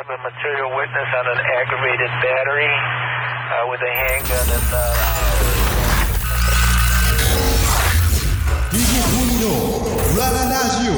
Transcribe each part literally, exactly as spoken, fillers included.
have a material witness on an aggravated battery uh, with a handgun and uh... ディージェー コニーのラララジ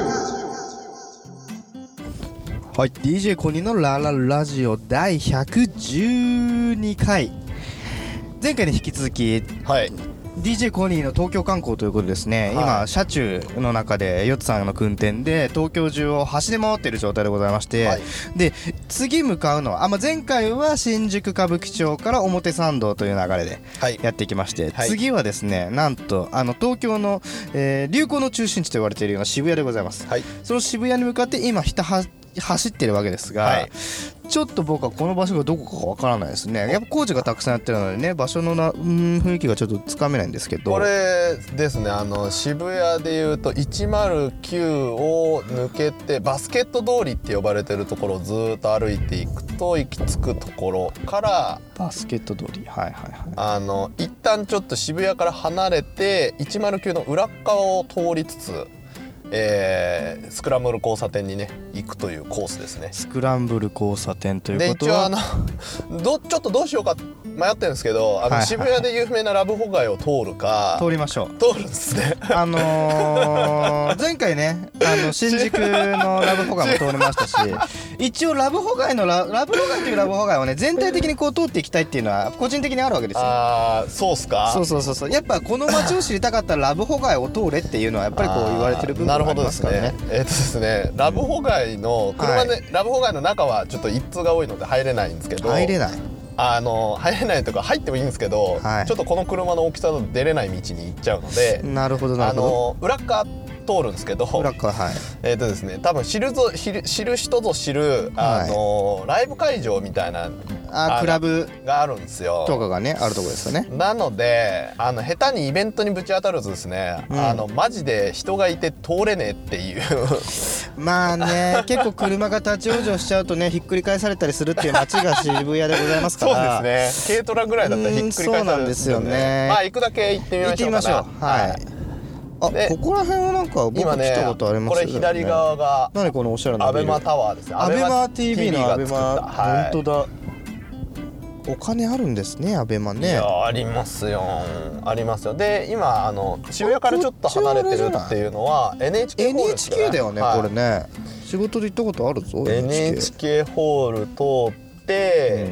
オ。はい、ディージェー コニーのラララジオだいひゃくじゅうにかい。前回に引き続き、はい、ディージェー コニーの東京観光ということですね、はい、今車中の中でヨッツさんの運転で東京中を走り回っている状態でございまして、はい、で次向かうのはあ、まあ、前回は新宿歌舞伎町から表参道という流れでやっていきまして、はい、次はですね、なんとあの東京の、えー、流行の中心地と言われているような渋谷でございます、はい、その渋谷に向かって今ひたは走ってるわけですが、はい、ちょっと僕はこの場所がどこかわからないですね。やっぱ工事がたくさんやってるのでね、場所のな、うん、雰囲気がちょっとつかめないんですけど、 これですね、あの渋谷でいうといちまるきゅうを抜けてバスケット通りって呼ばれてるところをずっと歩いていくと行き着くところからバスケット通り、はいはいはい、 あの一旦ちょっと渋谷から離れていちまるきゅうの裏側を通りつつ、えー、スクランブル交差点にね行くというコースですね。 スクランブル交差点ということはで一応あのどちょっとどうしようか迷ってるんですけど、あの、はいはい、渋谷で有名なラブホ街を通るか通りましょう。 通るんですね。 あのー、前回ねあの新宿のラブホ街も通りましたし一応ラブホ街の ラ, ラブホ街というラブホ街をね全体的にこう通っていきたいっていうのは個人的にあるわけですよ。 ああそうっすか。 そうそうそうそう、やっぱこの街を知りたかったらラブホ街を通れっていうのはやっぱりこう言われてる部分がありますからね。 なるほどですね。えー、っとですねラブホ街の車で、はい、ラブホ街の中はちょっと一通が多いので入れないんですけど、 入れないあの入れないとか入ってもいいんですけど、はい、ちょっとこの車の大きさだと出れない道に行っちゃうので、 なるほどなるほど、 あの裏側通るんですけど、 裏側、はい、 えーとですね、多分知るぞ知る知る人ぞ知る、あのー、ライブ会場みたいなあクラブがあるんですよとかがねあるとこですよね。 なのであの下手にイベントにぶち当たるとですね、うん、あのマジで人がいて通れねえっていうまあね結構車が立ち往生しちゃうとねひっくり返されたりするっていう街が渋谷でございますからそうですね、軽トラぐらいだったらひっくり返されるんですよね。 そうなんですよね。 まあ行くだけ行ってみましょうかな。 行ってみましょう。はい、はい、あ、ここら辺はなんか僕来たことありますよね。 これ左側が何このおしゃれなアベマタワーですね。 アベマ ティーブイ のアベマ、 はい、 本当だ。お金あるんですねアベマね。 いやありますよありますよ。で今あの渋谷からちょっと離れてるっていうのは エヌエイチケー ホール、ね、 エヌエイチケー だよね、はい、これね仕事で行ったことあるぞエヌエイチケー ホール通って、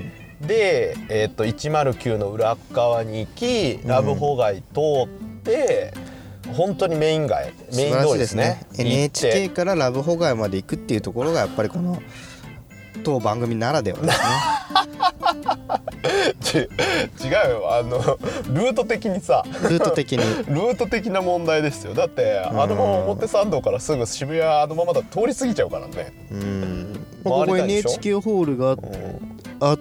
うん、で、えー、といちまるきゅうの裏側に行きラブホ街通って、うん、本当にメイン街メイン通りですね。 エヌエイチケー からラブホ街まで行くっていうところがやっぱりこの当番組ならではですねち違うよ、あのルート的にさルート的にルート的な問題ですよ。だってあのまま表参道からすぐ渋谷あのままだと通り過ぎちゃうからね。 うん、ここ エヌエイチケー ホールがあって、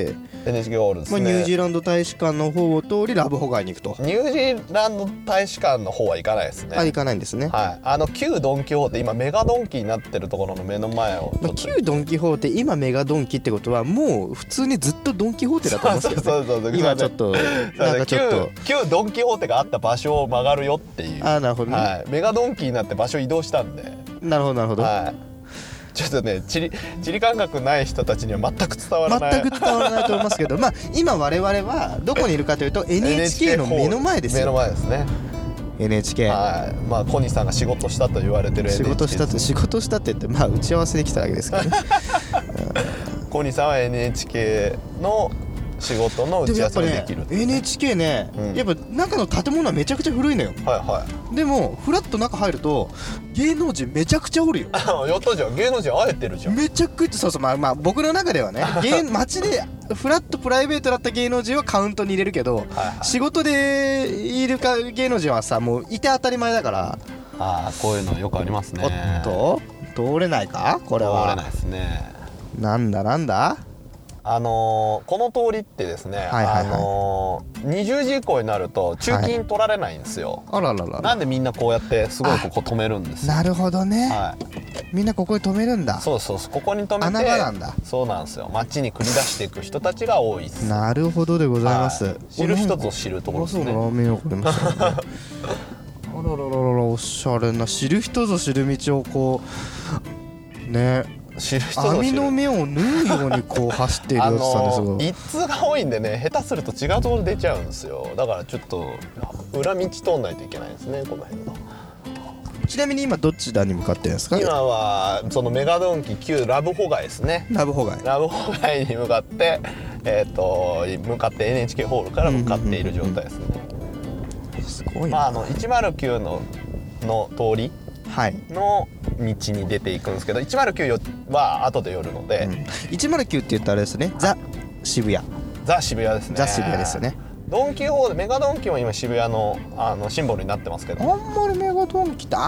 うんエヌエイチケー ホールですね。 まあ、ニュージーランド大使館の方を通りラブホ街に行くと。 ニュージーランド大使館の方は行かないですね。 あ、行かないんですね。 はい。あの旧ドンキホーテ今メガドンキになってるところの目の前を、 まあ、旧ドンキホーテ今メガドンキってことはもう普通にずっとドンキホーテだと思うんですけど、ね、 そうそうそうそう今ちょっとなんかちょっと旧、旧ドンキホーテがあった場所を曲がるよっていう。 あ、なるほどね、 はい、メガドンキになって場所移動したんで。 なるほどなるほど、はい、 ちょっとね地理、地理感覚ない人たちには全く伝わらない全く伝わらないと思いますけどまあ今我々はどこにいるかというと エヌエイチケー の目の前ですよ。 目の前ですねエヌエイチケー、 はい、まあ小西さんが仕事したと言われてる エヌエイチケー仕事したって仕事したって言ってまあ打ち合わせできたわけですけどね小西さんは エヌエイチケー の仕事の打ち合わせができる、 ね、エヌエイチケー ね、うん、やっぱ中の建物はめちゃくちゃ古いのよ。 はいはい。 でもフラッと中入ると芸能人めちゃくちゃおるよやったじゃん、芸能人会えてるじゃん。 めちゃくちゃそうそう、まあまあ僕の中ではね芸街でフラッとプライベートだった芸能人はカウントに入れるけど、はいはい、仕事でいるか芸能人はさもういて当たり前だから。 ああこういうのよくありますね。 おっと通れないかこれは。 通れないですね。 なんだなんだあのー、この通りってですね、はいはいはい、あのー、にじゅうじ以降になると中金取られないんですよ、 はい、あらららら。 なんでみんなこうやってすごいここ止めるんですよ。 なるほどね、 はい、 みんなここに止めるんだ。 そうそうそう、ここに止めて穴場なんだ。 そうなんですよ、街に繰り出していく人たちが多いです。 なるほどでございます、はい、 知る人ぞ知るところですね。 そうなラーメン屋これましたねあらららららおしゃれな知る人ぞ知る道をこうね知る人ぞ知る網の目を縫うようにこう走っているやつさんですごい一通が多いんでね、下手すると違うところ出ちゃうんですよ。だからちょっと裏道通んないといけないですね、この辺の。 ちなみに今どちらに向かってるんですか？ 今はそのメガドンキ旧ラブホ街ですね。 ラブホ街。 ラブホ街に向かってえっ、ー、と向かって エヌエイチケー ホールから向かっている状態ですね。 すごいな。 まああのいちまるきゅうのの通りの道に出ていくんですけど、いちまるきゅうは後で寄るので、 うん、いちまるきゅうって言ったらあれですね、ザ渋谷。 ザ渋谷ですね。 ザ渋谷ですよね。 ドンキホーテ、メガドンキも今渋谷のあのシンボルになってますけど、 あんまりメガドンキってあーあ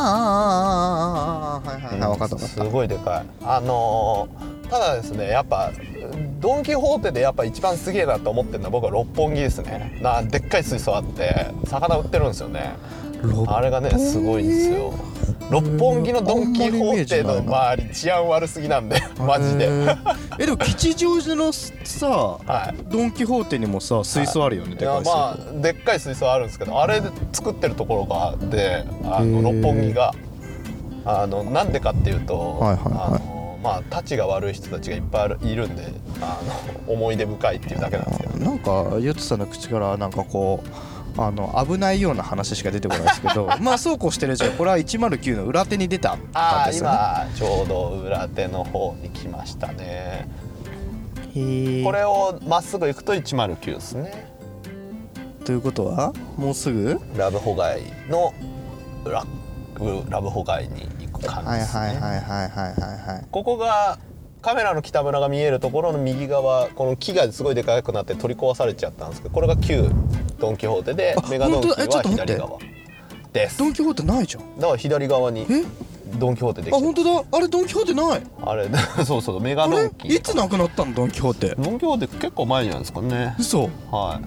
ーあーあーはいはいはい、分かった分かった。 すごいでかい。あのー、ただですね、やっぱドンキホーテでやっぱ一番すげえなと思ってるのは僕は六本木ですね。なでっかい水槽あって魚売ってるんですよね。あれがねすごいんですよ。六本木のドンキホーテの周り治安悪すぎなんでマジで。 えでも吉祥寺のさ、 はい、 ドンキホーテにもさ水槽あるよね、はい、でかい水槽。 いやまあでっかい水槽あるんですけど、あれで作ってるところがあって、あの六本木があのなんでかっていうと、はいはいはい、あのまあたちが悪い人たちがいっぱいいるんで、あの思い出深いっていうだけなんですけど。 なんかヨッツさんの口からなんかこうあの危ないような話しか出てこないですけどまあそうこうしてるうちにこれはいちまるきゅうの裏手に出た感じですよね。 あ今ちょうど裏手の方に来ましたね。 へこれをまっすぐ行くといちまるきゅうですね。 ということはもうすぐラブホ街のララブホ街に行く感じですね。 はいはいはいはいはいはいはい。 ここがカメラの北村が見えるところの右側、この木がすごいでかくなって取り壊されちゃったんですけど、これが旧ドンキホーテで、メガドンキは左側です。 ドンキホーテないじゃん。 だから左側にドンキホーテできてる。 あ本当だ、あれドンキホーテない。 あれそうそうメガドンキ。 いつなくなったのドンキホーテ。 ドンキホーテ結構前じゃないですかね。 嘘。 はい。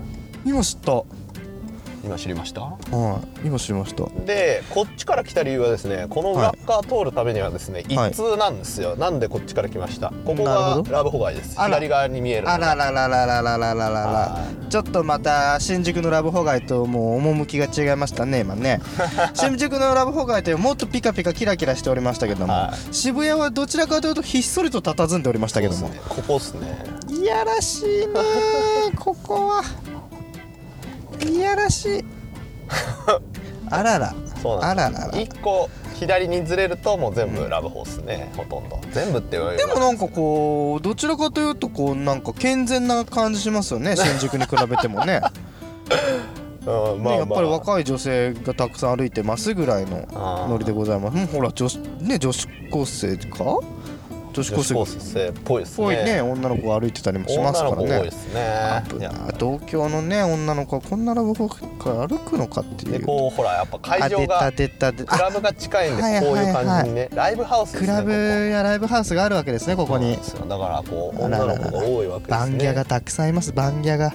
今知った。 今知りました。 はい、今知りました。 でこっちから来た理由はですね、この裏側通るためにはですね、はい、一通なんですよ。なんでこっちから来ました。ここがラブホ街です。左側に見える。 あらららららららららら。ちょっとまた新宿のラブホ街ともう趣が違いましたね今ね新宿のラブホ街というもっとピカピカキラキラしておりましたけども、はい、渋谷はどちらかというとひっそりと佇んでおりましたけども、 ね、ここっすね。 いやらしいねここはいやらしいあららそうなんです。あららら一個左にずれるともう全部ラブホっすね、うん、ほとんど全部って言われる。 でもなんかこうどちらかというとこうなんか健全な感じしますよね新宿に比べてもねうんまあまあね、やっぱり若い女性がたくさん歩いてますぐらいのノリでございます。もうほら女子ね女子高生か女子高生っぽいですね。 ぽいね女の子が歩いてたりもしますからね。 女の子多いですね。 同郷のね女の子はこんなラブホから歩くのかっていう。 でこうほらやっぱ会場がクラブが近いんでこういう感じにね、ライブハウスですね。 クラブやライブハウスがあるわけですねここに。 だからこう女の子が多いわけですね。 バンギャがたくさんいます。バンギャが。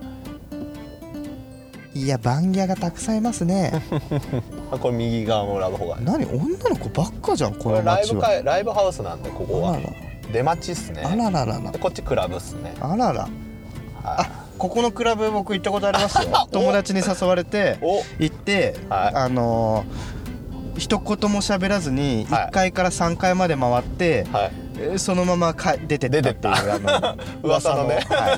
いやバンギャがたくさんいますねこれ右側のラブホ街。 何女の子ばっかじゃんこの街は。 これライブライブハウスなんでここは出待ちっすね。 あらららら。 でこっちクラブっすね。 あらら。あここのクラブ僕行ったことありますよ友達に誘われて行って、はい、あのー、一言も喋らずにいっかいからさんかいまで回って、はい、そのままか出てったっていうあの噂のね、 はい、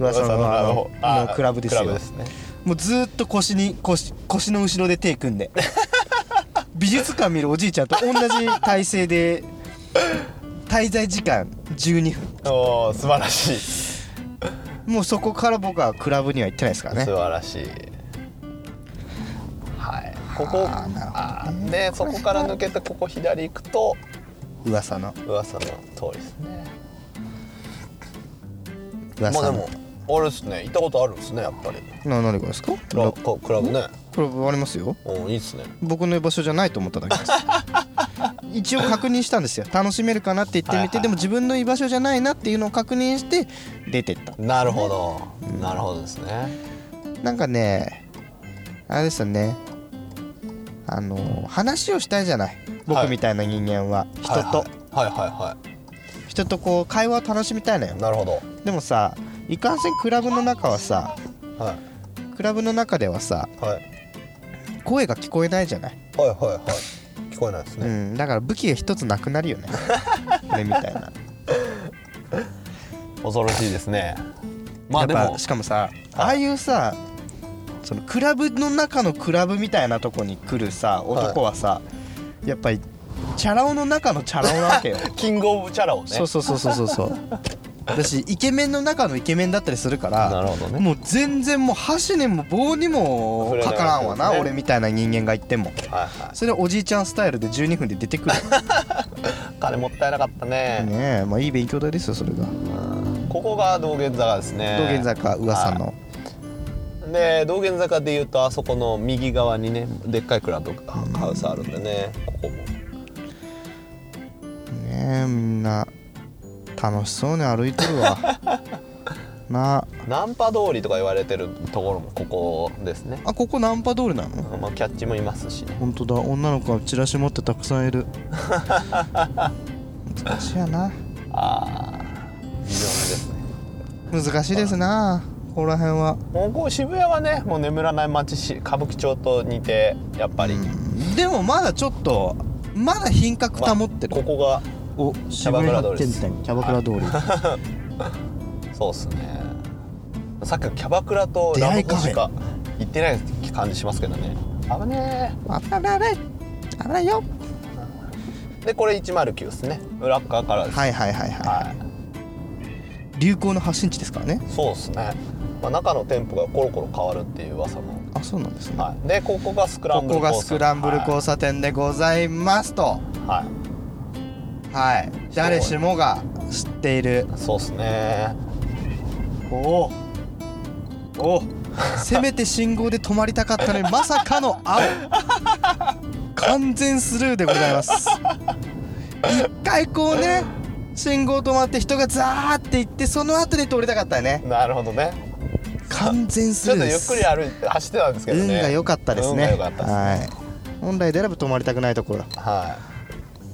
噂のあののクラブですよ。クラブですね。もうずっと腰に 腰, 腰の後ろで手組んで美術館見るおじいちゃんと同じ体勢で滞在時間じゅうにふん。 おー素晴らしい。 もうそこから僕はクラブには行ってないですからね。 素晴らしい。はいここあでそこから抜けてここ左行くと噂の噂の通りですね。 噂のまあでもあれですね行ったことあるんですねやっぱり。 な何がですか？ クラブクラブね。 クラブありますよ。 おいいですね。僕の居場所じゃないと思っただけです一応確認したんですよ。楽しめるかなって言ってみて、はいはい、でも自分の居場所じゃないなっていうのを確認して出てった。 なるほど、うん、なるほどですね。 なんかねあれですよねあの話をしたいじゃない僕みたいな人間は、はい、人と、はいはい、はいはいはい人とこう会話を楽しみたいのよ。 なるほど。 でもさいかんせんクラブの中はさ、はい、クラブの中ではさ、はい、声が聞こえないじゃない。 はいはいはい聞こえないですね、 うん、だから武器が一つなくなるよねこれみたいな恐ろしいですね。まあでもしかもさ、ああいうさそのクラブの中のクラブみたいなとこに来るさ男はさ、はい、やっぱりチャラ男の中のチャラ男なわけよキングオブチャラ男ね。 そうそうそうそうそう私イケメンの中のイケメンだったりするから、 なるほどね、 もう全然もう箸にも棒にもかからんわな、ね、俺みたいな人間が言っても、はいはい、それおじいちゃんスタイルでじゅうにふんで出てくる金もったいなかったね。 ねえ、まあいい勉強代ですよそれが。 ここが道玄坂ですね。 道玄坂噂の、はい、 で道玄坂でいうとあそこの右側にねでっかいクラブハウスあるんでね、ここもねえ、みんな楽しそうに歩いてるわな。 ナンパ通りとか言われてるところもここですね。 あ、ここナンパ通りなの？ まあキャッチもいますしね。 本当だ、女の子はチラシ持ってたくさんいる難しいやな。 あー、微妙ですね。 難しいですな、ここら辺は。 もうこう渋谷はね、もう眠らない街し、歌舞伎町と似てやっぱり、うん、 でもまだちょっとまだ品格保ってる、 まあ、ここがお渋谷発展店キャバクラ通りそうっすね。さっきキャバクラとラブホしか行ってない感じしますけどね。危ねー、危ない危ないよ。 でこれいちまるきゅうですね、裏側からです。 はいはいはいはい、はい、流行の発信地ですからね。 そうですね、まあ、中の店舗がコロコロ変わるっていう噂も。 あ、そうなんですね、 はい、でここがスクランブル交差点、 ここがスクランブル交差点でございますと。 はいはい、誰しもが知っている。 そうですね。 おおおせめて信号で止まりたかったのにまさかの青完全スルーでございます。一回こうね信号止まって人がザーって行ってその後に通りたかったよね。 なるほどね。 完全スルーです。 ちょっとゆっくり歩いて走ってたんですけどね。 運が良かったですね。 運が良かったですね。 はい。本来であれば止まりたくないところ、 はい、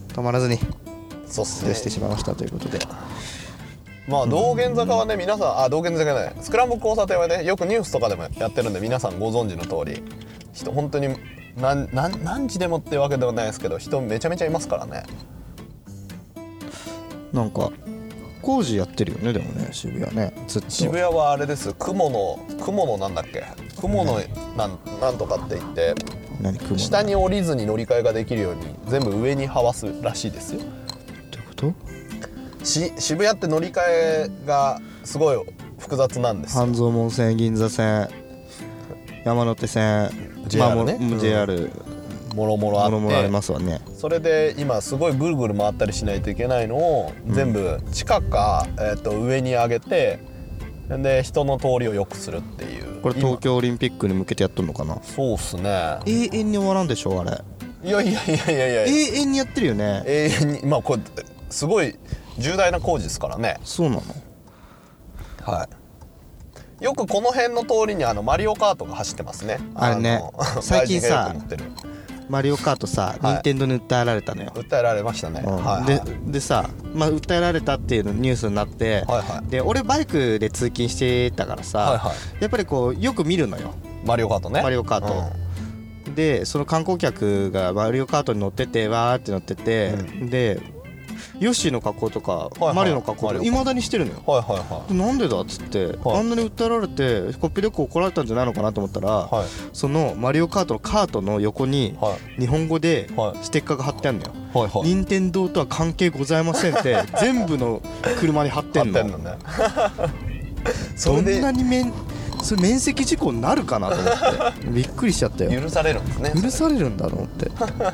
止まらずにそうっすね、 してしまいましたということで。 まあ道玄坂はね、皆さん、あ、道玄坂じゃない、スクランブル交差点はね、よくニュースとかでもやってるんで皆さんご存知の通り、人本当に何何何時でもってわけではないですけど、人めちゃめちゃいますからね。 なんか工事やってるよね、でもね、渋谷ね、ずっと。 渋谷はあれです、雲の雲のなんだっけ、雲のなんなんとかって言って、 何雲の下に降りずに乗り換えができるように全部上に這わすらしいですよ。 どういうこと？ し渋谷って乗り換えがすごい複雑なんですよ。 半蔵門線、銀座線、山手線、 ジェイアール ね、 まあ、ジェイアール、 もろもろあって、 もろもろありますわね。 それで今すごいぐるぐる回ったりしないといけないのを全部地下か、うん、えー、と上に上げて、で人の通りを良くするっていう。 これ東京オリンピックに向けてやっとるのかな。 そうっすね。 永遠に終わらんでしょあれ。 いやいやいやいやいや、 永遠にやってるよね。 永遠に、まあこれすごい重大な工事ですからね。 そうなの。 はい。よくこの辺の通りにあのマリオカートが走ってますね。 あれね、最近さマリオカートさ、 はい、 任天堂に訴えられたのよ。 訴えられましたね、うん、はいはい、 で, でさ、まあ、訴えられたっていうのニュースになって、はいはい、で俺バイクで通勤してたからさ、はいはい、やっぱりこうよく見るのよマリオカートね。 マリオカート、うん、でその観光客がマリオカートに乗っててわーって乗ってて、うん、でヨッシーの格好とか、はいはい、マリオの格好とかいまだにしてるのよ、はいはいはい、なんでだっつって、はい、あんなに訴えられてコピーで怒られたんじゃないのかなと思ったら、はい、そのマリオカートのカートの横に日本語でステッカーが貼ってあるのよ、はいはい、任天堂とは関係ございませんって全部の車に貼ってんの。貼ってんのねそんなに面それ面積事故になるかなと思ってびっくりしちゃったよ。 許されるんですね。 許されるんだと思って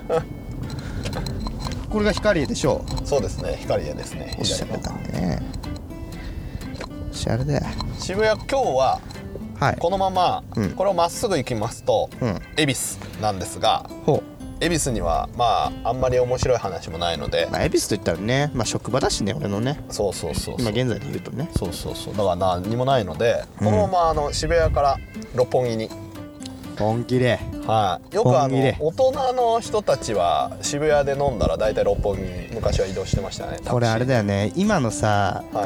これが光栄でしょう。 そうですね、光栄ですね。 おしゃれだね。おしゃれだよ。 渋谷今日は、はい、このまま、うん、これをまっすぐ行きますと、うん、恵比寿なんですが、ほう恵比寿にはまああんまり面白い話もないので、 まあ、恵比寿といったらね、まあ、職場だしね俺のね。 そうそうそうそう、 今現在で言うとね。 そうそうそう、だから何にもないので、このままあの渋谷から六本木に。 本気で、 はい、よくあの大人の人たちは渋谷で飲んだら大体六本木に昔は移動してましたね。 これあれだよね、今のさ、はい、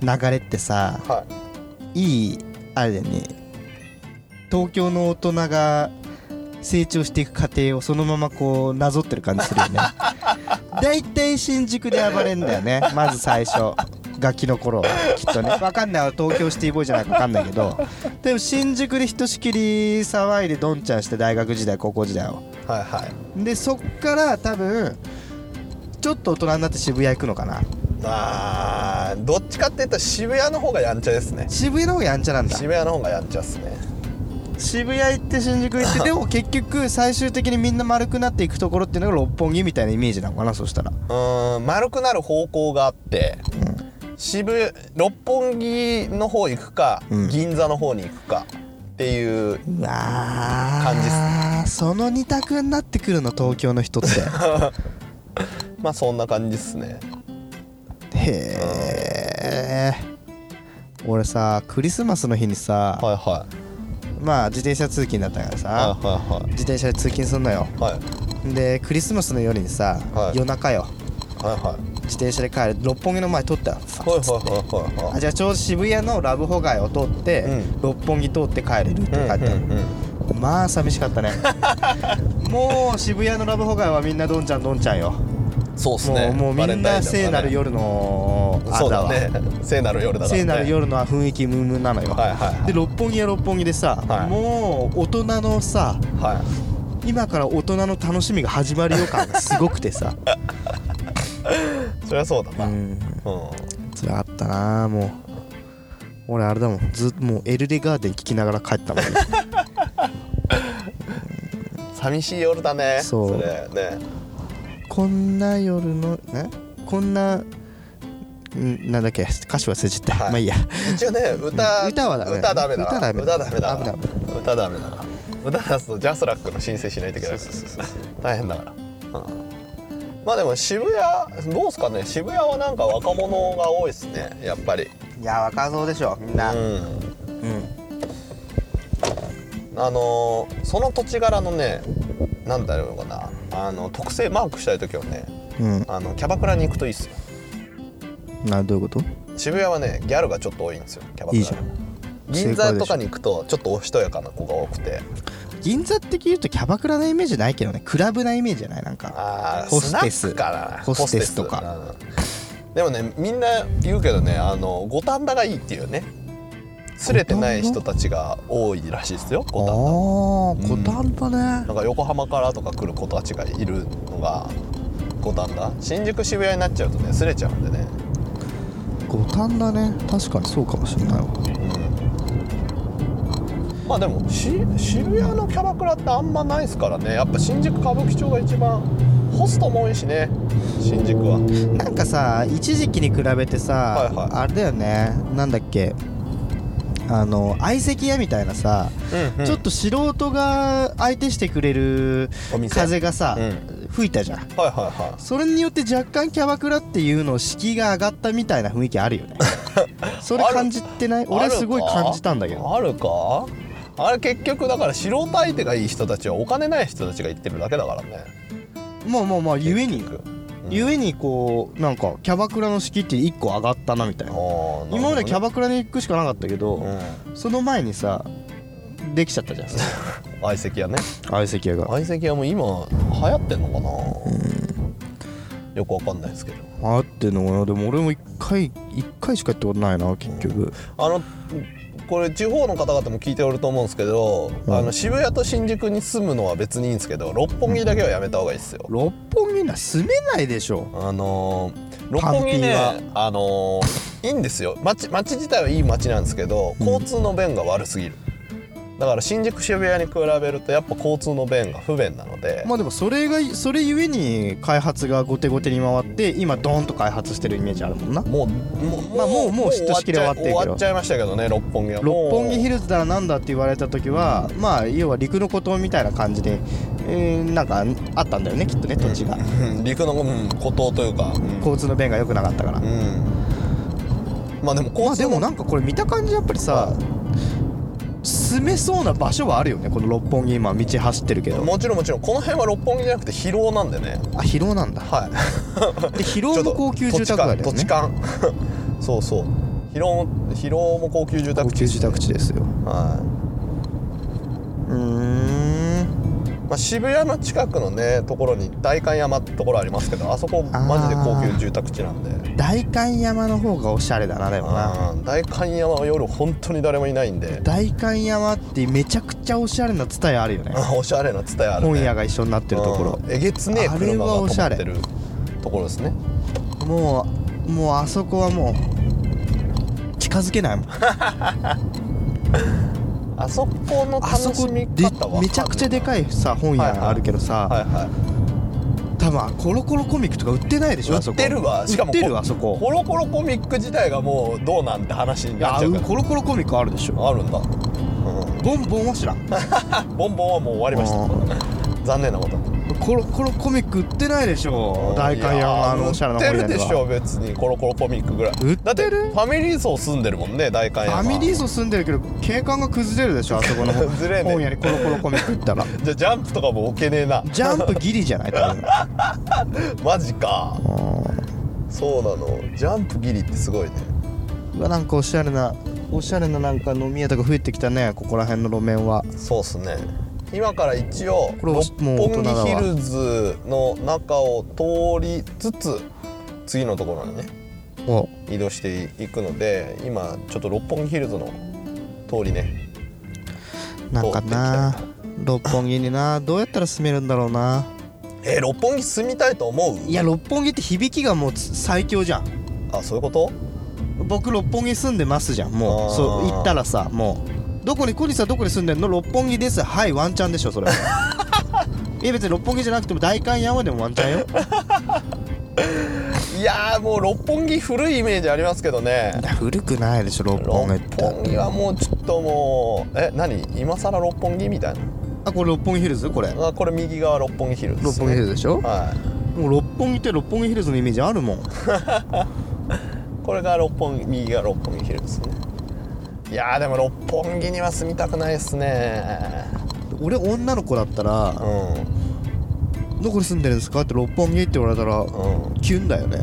流れってさ、はい、いいあれだよね、東京の大人が成長していく過程をそのままこうなぞってる感じするよねだいたい新宿で暴れんだよねまず最初ガキの頃はきっとね分かんない東京シティボーイじゃないか分かんないけどでも新宿でひとしきり騒いでどんちゃんして大学時代高校時代をはいはいでそっから多分ちょっと大人になって渋谷行くのかなあーどっちかって言ったら渋谷の方がやんちゃですね渋谷の方がやんちゃなんだ渋谷の方がやんちゃっすね渋谷行って新宿行ってでも結局最終的にみんな丸くなっていくところっていうのが六本木みたいなイメージなのかなそしたらうーん丸くなる方向があって、うん、渋六本木の方行くか、うん、銀座の方に行くかっていう感じですねその二択になってくるの東京の人ってまあそんな感じっすねへえ俺さクリスマスの日にさ、 はいはい、 まあ自転車通勤だったからさ、 はいはいはい、 自転車で通勤するのよ、はい、でクリスマスの夜にさ、はい、夜中よ、はいはい、自転車で帰る六本木の前通ったの、はいはいはいはい、あじゃあちょうど渋谷のラブホ街を通って、うん、六本木通って帰れるって書いてある、うんうんうん、まあ寂しかったねもう渋谷のラブホ街はみんなどんちゃんどんちゃんよそうっすねもう、もうみんな聖なる夜のあそうだね聖なる夜だからね聖なる夜の雰囲気ムンムンなのよ、はいはいはい、で六本木は六本木でさ、はい、もう大人のさ、はい、今から大人の楽しみが始まる予感がすごくてさそりゃそうだな、うん、うん、 それあったなもう俺あれだもんずっともうエルレガーデン聴きながら帰ったもん寂しい夜だねそうそれねこんな夜のねこんなんなんだっけ歌詞忘れちゃった、はい、まあいいや一応ね歌歌はダメ歌ダメだ歌ダメだ歌ダメだ歌ダメだ歌出すとジャスラックの申請しないといけないから大変だから、うん、まあでも渋谷どうすかね渋谷はなんか若者が多いですねやっぱりいや若そうでしょみんなうん、うん、 あのー、その土地柄のねなんだろうかなあの特製マークしたいときはね、うん、あのキャバクラに行くといいっすよ。 などういうこと？ 渋谷はねギャルがちょっと多いんですよキャバクラ。いいじゃん。銀座とかに行くとちょっとおしとやかな子が多くて。 銀座って言うとキャバクラのイメージないけどねクラブなイメージじゃないなんかあホステススナックかなホステスとか、 うん、でもねみんな言うけどねあの五反田がいいっていうねすれてない人たちが多いらしいですよ五反田。ああ五反田ね、うん、 なんか横浜からとか来る子たちがいるのが五反田新宿渋谷になっちゃうとねすれちゃうんでね五反田ね確かにそうかもしれないわ、うん、 まあでもし渋谷のキャバクラってあんまないですからねやっぱ新宿歌舞伎町が一番ホストも多いしね新宿はなんかさ一時期に比べてさ、はいはい、あれだよねなんだっけあの相席屋みたいなさ、うんうん、ちょっと素人が相手してくれる風がさ、うん、吹いたじゃん、はいはいはい、それによって若干キャバクラっていうの敷居が上がったみたいな雰囲気あるよねそれ感じてない？俺すごい感じたんだけどあるかあれ結局だから素人相手がいい人たちはお金ない人たちが言ってるだけだからねまあまあまあゆえにゆえにこうなんかキャバクラの敷居っていっこ上がったなみたいな、ね、今までキャバクラに行くしかなかったけど、うん、その前にさできちゃったじゃん相席屋ね相席屋が相席屋も今流行ってんのかな、うん、よくわかんないですけど流行ってんのかなでも俺もいっかいいっかいしか行ったことないな結局、うん、 あのこれ地方の方々も聞いておると思うんですけど、うん、あの渋谷と新宿に住むのは別にいいんですけど六本木だけはやめた方がいいですよ、 うん、六本木な住めないでしょあのー、六本木ねあのー、いいんですよ 街, 街自体はいい街なんですけど交通の便が悪すぎる、うん、だから新宿渋谷に比べるとやっぱ交通の便が不便なのでまあでもそれがそれゆえに開発が後手後手に回って今ドーンと開発してるイメージあるもんなもうもうまあもうもうひとしきり終わってるけど終わっちゃいましたけどね六本木は六本木ヒルズだなんだって言われた時は、うん、まあ要は陸の孤島みたいな感じで、えー、なんかあったんだよねきっとね土地が、 うん、陸の、うん、孤島というか、うん、 交通の便が良くなかったから、うん、 まあでも交通の、 まあ、でもなんかこれ見た感じやっぱりさ、住めそうな場所はあるよねこの六本木今道走ってるけどもちろんもちろんこの辺は六本木じゃなくて広尾なんでねあ広尾なんだはいで広尾も高級住宅街だよね土地勘そうそう広尾も広尾も高級住宅地高級住宅地ですよはいうーんまあ、渋谷の近くのねところに代官山ってところありますけど、あそこマジで高級住宅地なんで。 代官山の方がおしゃれだな。でもな、 代官山は夜本当に誰もいないんで。 代官山ってめちゃくちゃおしゃれなツタヤあるよね。 おしゃれなツタヤあるね。 本屋が一緒になってるところ、 えげつねえ車が止まってるところですね。 もうもうあそこはもう近づけないもんあそこの楽しみ方はめちゃくちゃでかいさ本屋があるけどさ、はいはいはいはい、多分コロコロコミックとか売ってないでしょ。 売ってるわ。しかも売ってるあそこ。 コロコロコミック自体がもうどうなんて話になっちゃうから。 コロコロコミックあるでしょ。 あるんだ、うん、 ボンボンは知らんボンボンはもう終わりました残念なこと。 コロコロコミック売ってないでしょ。代官山のおしゃれな本屋では売ってるでしょ別に。コロコロコミックぐらい売ってる。 ファミリー層住んでるもんね代官山。 ファミリー層住んでるけど景観が崩れるでしょあそこのずれね本屋にコロコロコミック行ったらじゃあジャンプとかも置けねえな。 ジャンプギリじゃない多分マジか。そうなの。ジャンプギリってすごいね。 うわなんかおしゃれなおしゃれななんか飲み屋とか増えてきたねここら辺の路面は。 そうっすね。今から一応六本木ヒルズの中を通りつつ次のところにね移動していくので、今ちょっと六本木ヒルズの通りねなんかな六本木になどうやったら住めるんだろうな。 えー、六本木住みたいと思う？ いや六本木って響きがもう最強じゃん。 あ、そういうこと？ 僕六本木住んでますじゃん。もうそう言ったらさもうどこにコリさんどこに住んでんの？六本木です。はいワンチャンでしょそれいや別に六本木じゃなくても代官山でもワンチャンよいやーもう六本木古いイメージありますけどね。 いや古くないでしょ六本木って。 六本木はもうちょっともうえ何今更六本木みたいな。 あこれ六本木ヒルズこれ。 あこれ右側六本木ヒルズですね。 六本木ヒルズでしょ。 はいもう六本木って六本木ヒルズのイメージあるもんこれが六本木右が六本木ヒルズですね。いやーでも六本木には住みたくないですね。 俺女の子だったら、うん、どこに住んでるんですかって六本木って言われたら、うん、キュンだよね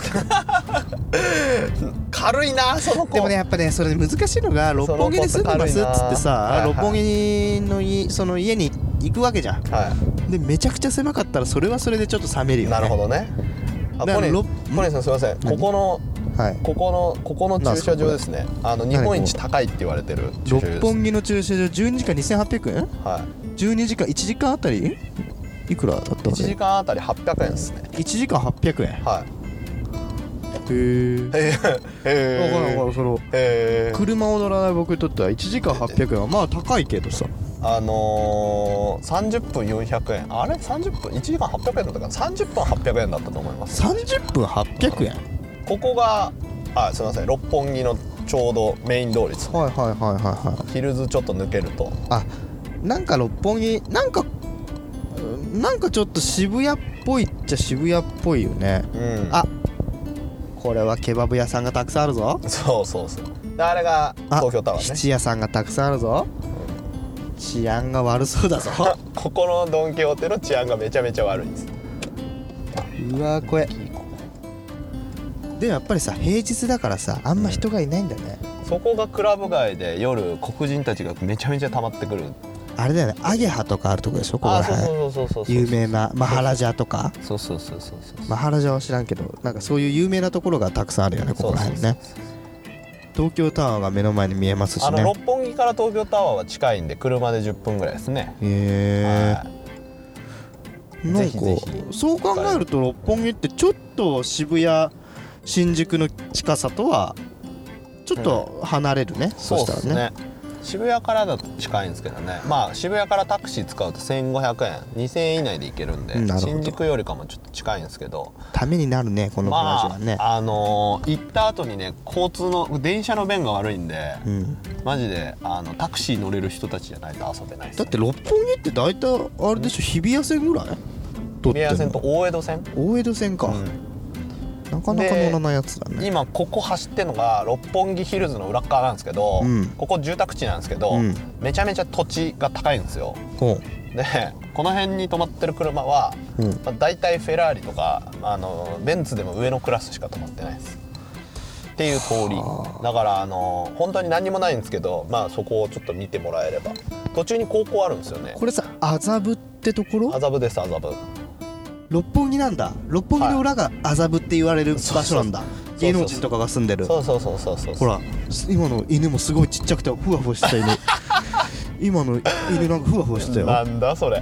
軽いなその子。 でもねやっぱねそれ難しいのが六本木に住んでますっつってさ、はいはい、六本木のいその家に行くわけじゃん、はい、でめちゃくちゃ狭かったらそれはそれでちょっと冷めるよね。 なるほどね。あコニーさんすいませんここのはい、ここのここの駐車場ですね。あの日本一高いって言われてる駐車場です。六本木の駐車場じゅうにじかんにせんはっぴゃくえん？はい。じゅうにじかんいちじかんあたりいくらだったの？ いちじかんあたりはっぴゃくえんですね。 いちじかんはっぴゃくえん。はい。へーへーへー。 分からん分からんそのへー車を乗らない僕にとってはいちじかんはっぴゃくえんはまあ高いけどさ。 あのー、さんじゅっぷんよんひゃくえんあれさんじゅっぷんいちじかんはっぴゃくえんだったかなさんじゅっぷんはっぴゃくえんだったと思います。 さんじゅっぷんはっぴゃくえんここがあすみません六本木のちょうどメイン通りです、ね、 はいはいはいはいはいヒルズちょっと抜けるとあなんか六本木なんかなんかちょっと渋谷っぽいっちゃ渋谷っぽいよね、うん、あこれはケバブ屋さんがたくさんあるぞ。 そうそうそうであれが東京タワーね。 質屋さんがたくさんあるぞ、うん、治安が悪そうだぞここのドン・キホーテの治安がめちゃめちゃ悪いです。 うわこれでもやっぱりさ平日だからさあんま人がいないんだね、 うん、そこがクラブ街で夜黒人たちがめちゃめちゃ溜まってくる。 あれだよねアゲハとかあるとこでしょここら辺。 そうそうそうそう有名なマハラジャとか。 そうそうそうそうそうマハラジャは知らんけどなんかそういう有名なところがたくさんあるよねここら辺ね。東京タワーが目の前に見えますしね。 あの六本木から東京タワーは近いんで車でじゅっぷんぐらいですね。 へえ。なんかそう考えると六本木ってちょっと渋谷新宿の近さとはちょっと離れるね、うん、そうしたら ね, そうね渋谷からだと近いんですけどね。まあ渋谷からタクシー使うとせんごひゃくえんにせんえん以内で行けるんで新宿よりかもちょっと近いんですけどためになるねこの暮らしはね。 まああのー、行った後にね交通の電車の便が悪いんで、うん、マジであのタクシー乗れる人たちじゃないと遊べないです、ね、 だって六本木って大体あれでしょ、うん、日比谷線ぐらい日比谷線と大江戸線大江戸線か、うんなかなか乗らないやつだね。 今ここ走ってるのが六本木ヒルズの裏側なんですけど、うん、ここ住宅地なんですけど、うん、めちゃめちゃ土地が高いんですよ、うん、でこの辺に止まってる車は、うんまあ、大体フェラーリとかあのベンツでも上のクラスしか止まってないですっていう通りだからあの本当に何もないんですけど、まあ、そこをちょっと見てもらえれば途中に高校あるんですよね。 これさ麻布っってところ？ 麻布です麻布。 六本木なんだ。六本木の裏が麻布って言われる場所なんだ。芸能人とかが住んでる。 そうそうそうそうそう。 ほら今の犬もすごいちっちゃくてふわふわしてた犬今の犬なんかふわふわしてたよ。 なんだそれ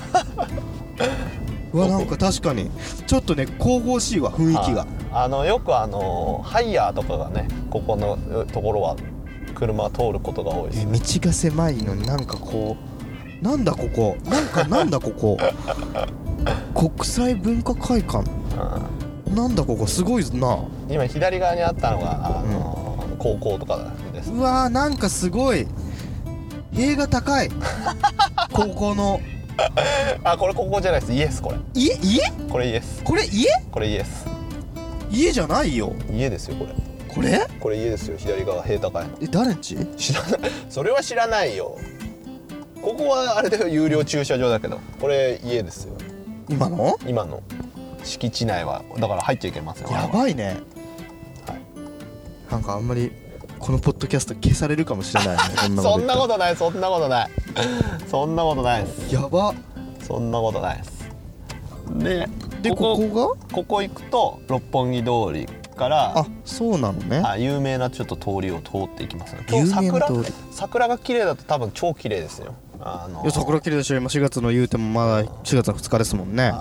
うわなんか確かにちょっとね神々しいわ雰囲気が。 あのよくあのハイヤーとかがねここのところは車通ることが多いです、ね、 道が狭いのになんかこうなんだここなんかなんだここ国際文化会館、うん、なんだここすごいな。 今左側にあったのがあの、うん、高校とかです、ね、 うわーなんかすごい塀が高い高校のあこれ高校じゃないです家ですこれ。 家家これ家です。 これ家これ家です。 家じゃないよ。 家ですよこれ。 これこれ家ですよ左側塀高いの。 え誰んち？ 知らないそれは知らないよ。ここはあれだよ有料駐車場だけどこれ家ですよ。 今の？ 今の敷地内はだから入っちゃいけませんよ。 やばいね、はい、なんかあんまりこのポッドキャスト消されるかもしれないねそんなことないそんなことないそんなことないですやばそんなことないですででここ、ここがここ行くと六本木通りからあそうなのねあ有名なちょっと通りを通っていきますね。 有名な通り桜が綺麗だと多分超綺麗ですよ。あのー、 いや桜綺麗でしょ今しがつの言うてもまだしがつのふつかですもんね。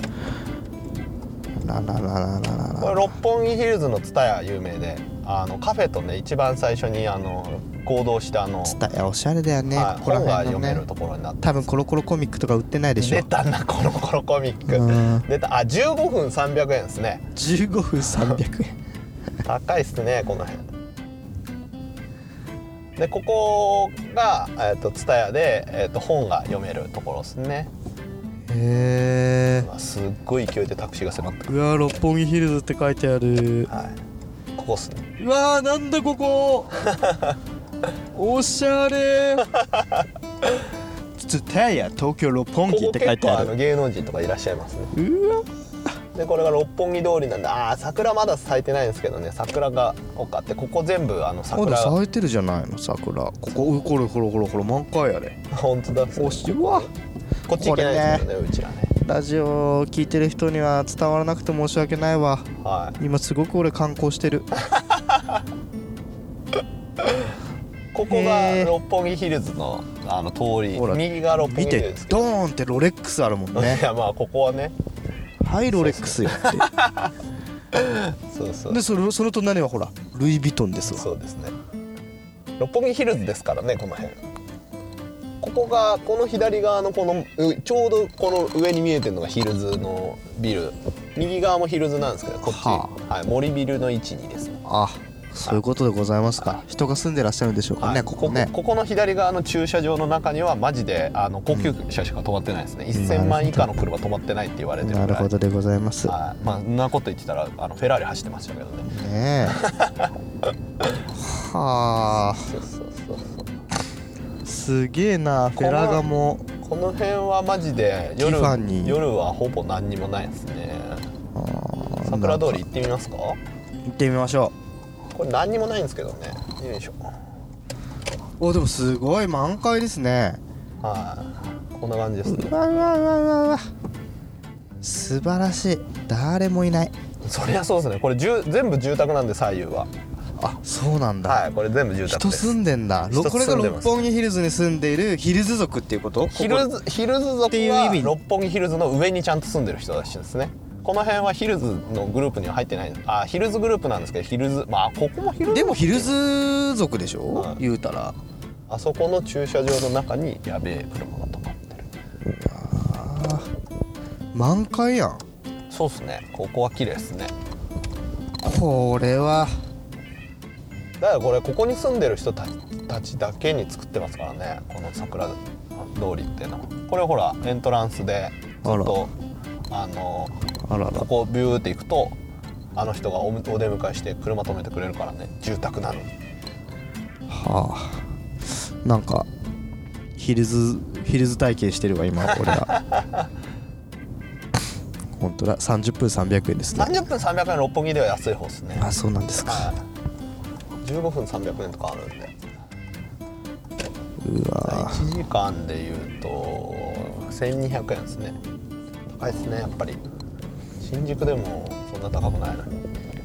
ララララララこれ六本木ヒルズのツタヤ有名であのカフェとね一番最初にあの合同したあのツタヤおしゃれだよね、 はい、本が読めるところになって多分コロコロコミックとか売ってないでしょ。 出たなコロコロコミック出たあじゅうごふんさんびゃくえんですね。 じゅうごふんさんびゃくえん高いっすねこの辺でここがえっとツタヤでえっと本が読めるところですね。 へえ。 すっごい勢いでタクシーが迫ってくる。うわ六本木ヒルズって書いてある。 はい。ここっすね。 うわなんだここ。おしゃれ。ツタヤ東京六本木って書いてある。 ここ結構あの芸能人とかいらっしゃいますね。 うわ。 でこれが六本木通りなんであー桜まだ咲いてないんですけどね桜が多かってここ全部あの桜まだ咲いてるじゃないの桜。こここれほらほらほら満開やで。 本当だ。 おしわ。 こっち行けないですけどねうちらね。 ラジオ聞いてる人には伝わらなくて申し訳ないわ、 はい、 今すごく俺観光してるここが六本木ヒルズのあの通り右が六本木ヒルズですけど見てドーンってロレックスあるもんねいやまあここはねはいロレックスよってそうそうでそれその隣はほらルイ・ヴィトンですわ。 そうですね六本木ヒルズですからねこの辺。ここがこの左側のこのちょうどこの上に見えてるのがヒルズのビル右側もヒルズなんですけどこっち、はあはい、森ビルのいちにですね。 あそういうことでございますか、はい、人が住んでらっしゃるんでしょうかね、はい、ここねこ, こ, ここの左側の駐車場の中にはマジであの高級車しか止まってないですね、うん、せんまん以下の車止まってないって言われてるぐらい。 なるほどでございます、 はい、まあそんなこと言ってたらあのフェラーリ走ってましたけどね。 ねえはあそうそうそうそうすげえなフェラガもこの辺はマジで 夜, 夜はほぼ何にもないですね。桜通り行ってみますか。 行ってみましょう。これ何にもないんですけどね。よいしょ。 おでもすごい満開ですね。 はい、こんな感じですね。 うわうわうわうわうわ素晴らしい。誰もいない。 そりゃそうですね。これ全部住宅なんで左右は。 あそうなんだ。 はいこれ全部住宅です。 人住んでんだ。これが六本木ヒルズに住んでいるヒルズ族っていうこと？ ヒルズヒルズ族は六本木ヒルズの上にちゃんと住んでる人たちですね。この辺はヒルズのグループには入ってない。あヒルズグループなんですけどヒルズまあここもヒルズでもヒルズ族でしょ、はい、言うたらあそこの駐車場の中にやべえ車が止まってる。 うわ満開やん。 そうっすね。ここは綺麗ですね。 これはだからこれここに住んでる人たちだけに作ってますからねこの桜通りっていうのは。これほらエントランスでずっと あ, あのあららここビューって行くとあの人が お, お出迎えして車止めてくれるからね住宅なのに。 はあなんかヒルズヒルズ体験してるわ今俺は本当ださんじゅっぷんさんびゃくえんですね。 さんじゅっぷんさんびゃくえん六本木では安い方ですね。 あそうなんですか。 はいじゅうごふんさんびゃくえんとかあるんで。 うわいちじかんでいうとせんにひゃくえんですね。高いですねやっぱり。新宿でもそんな高くないのに。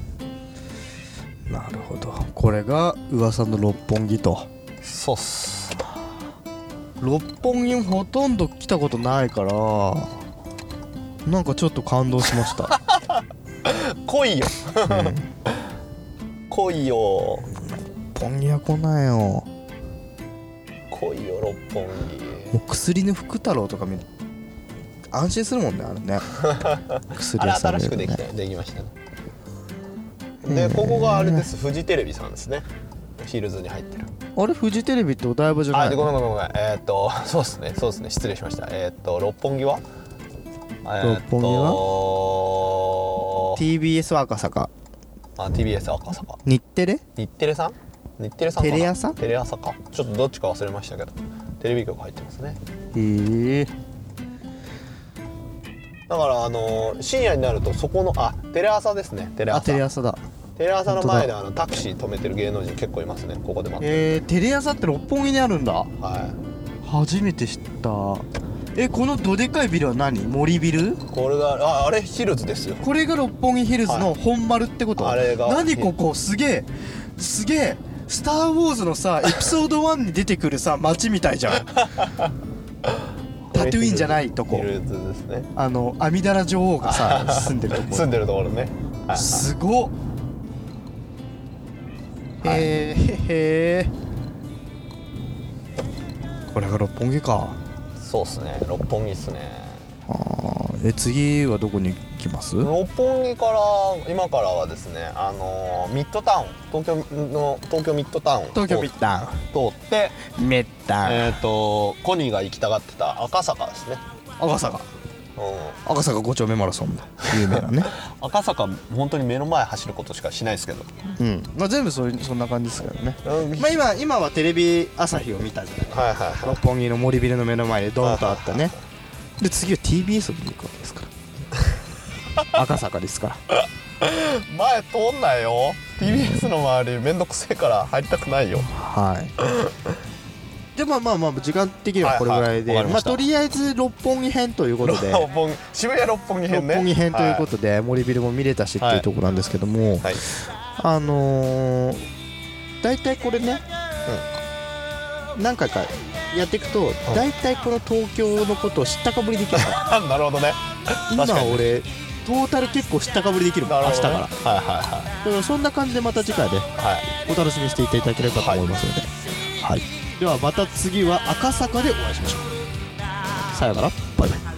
なるほど。これが噂の六本木と。 そうっす。 六本木ほとんど来たことないからなんかちょっと感動しました来いよ、うん、来いよ六本木は来ないよ。 来いよ六本木。 もう薬の福太郎とか見る安心するもんねあれね薬あれ屋さん新しくできてできましたね。でここがあれです、フジテレビさんですね。ヒルズに入ってる。 あれフジテレビってお台場じゃないの？ あ、ごめんごめんごめん。えー、っとそうですねそうですね失礼しました。えー、っと六本木は？ 六本木は ティービーエス 赤坂。 あ ティービーエス 赤坂。 日テレ？ 日テレさん？日テレさんかな？ テレ朝？ テレ朝か。ちょっとどっちか忘れましたけどテレビ局入ってますね。 へえ。 だからあのー、深夜になるとそこのあテレ朝ですね。テレ朝。 あテレ朝だ。 テレ朝の前であのタクシー止めてる芸能人結構いますね。ここで待ってる。 えー、テレ朝って六本木にあるんだ。 はい。 初めて知った。えこのどでかいビルは何？森ビル？ これがああれヒルズですよ。 これが六本木ヒルズの本丸ってこと？ はい、あれが何ここすげえすげえスター・ウォーズのさエピソードワンに出てくるさ街みたいじゃんタトゥーインじゃないとこ。 ヒルズですね。 あの阿弥陀羅女王がさ住んでるとこ住んでるところね。はいはい、 すごっ。 はい、 えー、へへこれが六本木か。 そうっすね六本木っすね。 あえ次はどこに行きます？ 六本木から今からはですねあのー、ミッドタウン東京の東京ミッドタウン東京ミッドタウン通ってミッドタウンえっ、ー、とコニーが行きたがってた赤坂ですね。 赤坂、 うん、 赤坂ご丁目マラソンで有名なね赤坂本当に目の前走ることしかしないですけど、 うんまあ、全部そういうそんな感じですけどね、 うんまあ、今, 今はテレビ朝日を見たじゃないですか、 はいはいはい、 六本木の森ビルの目の前でドンとあったね。で次は ティービーエス を見に行くわけですから赤坂ですから前通んないよ ティービーエス の周りめんどくせえから入りたくないよ。 はいでまあまあまあ時間的にはこれぐらいで、はいはい、まあとりあえず六本木編ということで渋谷六本木編ね。 六本木編ということで、はい、森ビルも見れたしっていうところなんですけども、はい、あのー、大体これね、うん、何回かやっていくと、うん、大体この東京のことを知ったかぶりできるからなるほどね。 今俺トータル結構知ったかぶりできるもん、ね、明日から、はいはいはい、だからそんな感じでまた次回で、はい、お楽しみにしていただければと思いますので、はいはい、ではまた次は赤坂でお会いしましょう。さよなら、バイバイ。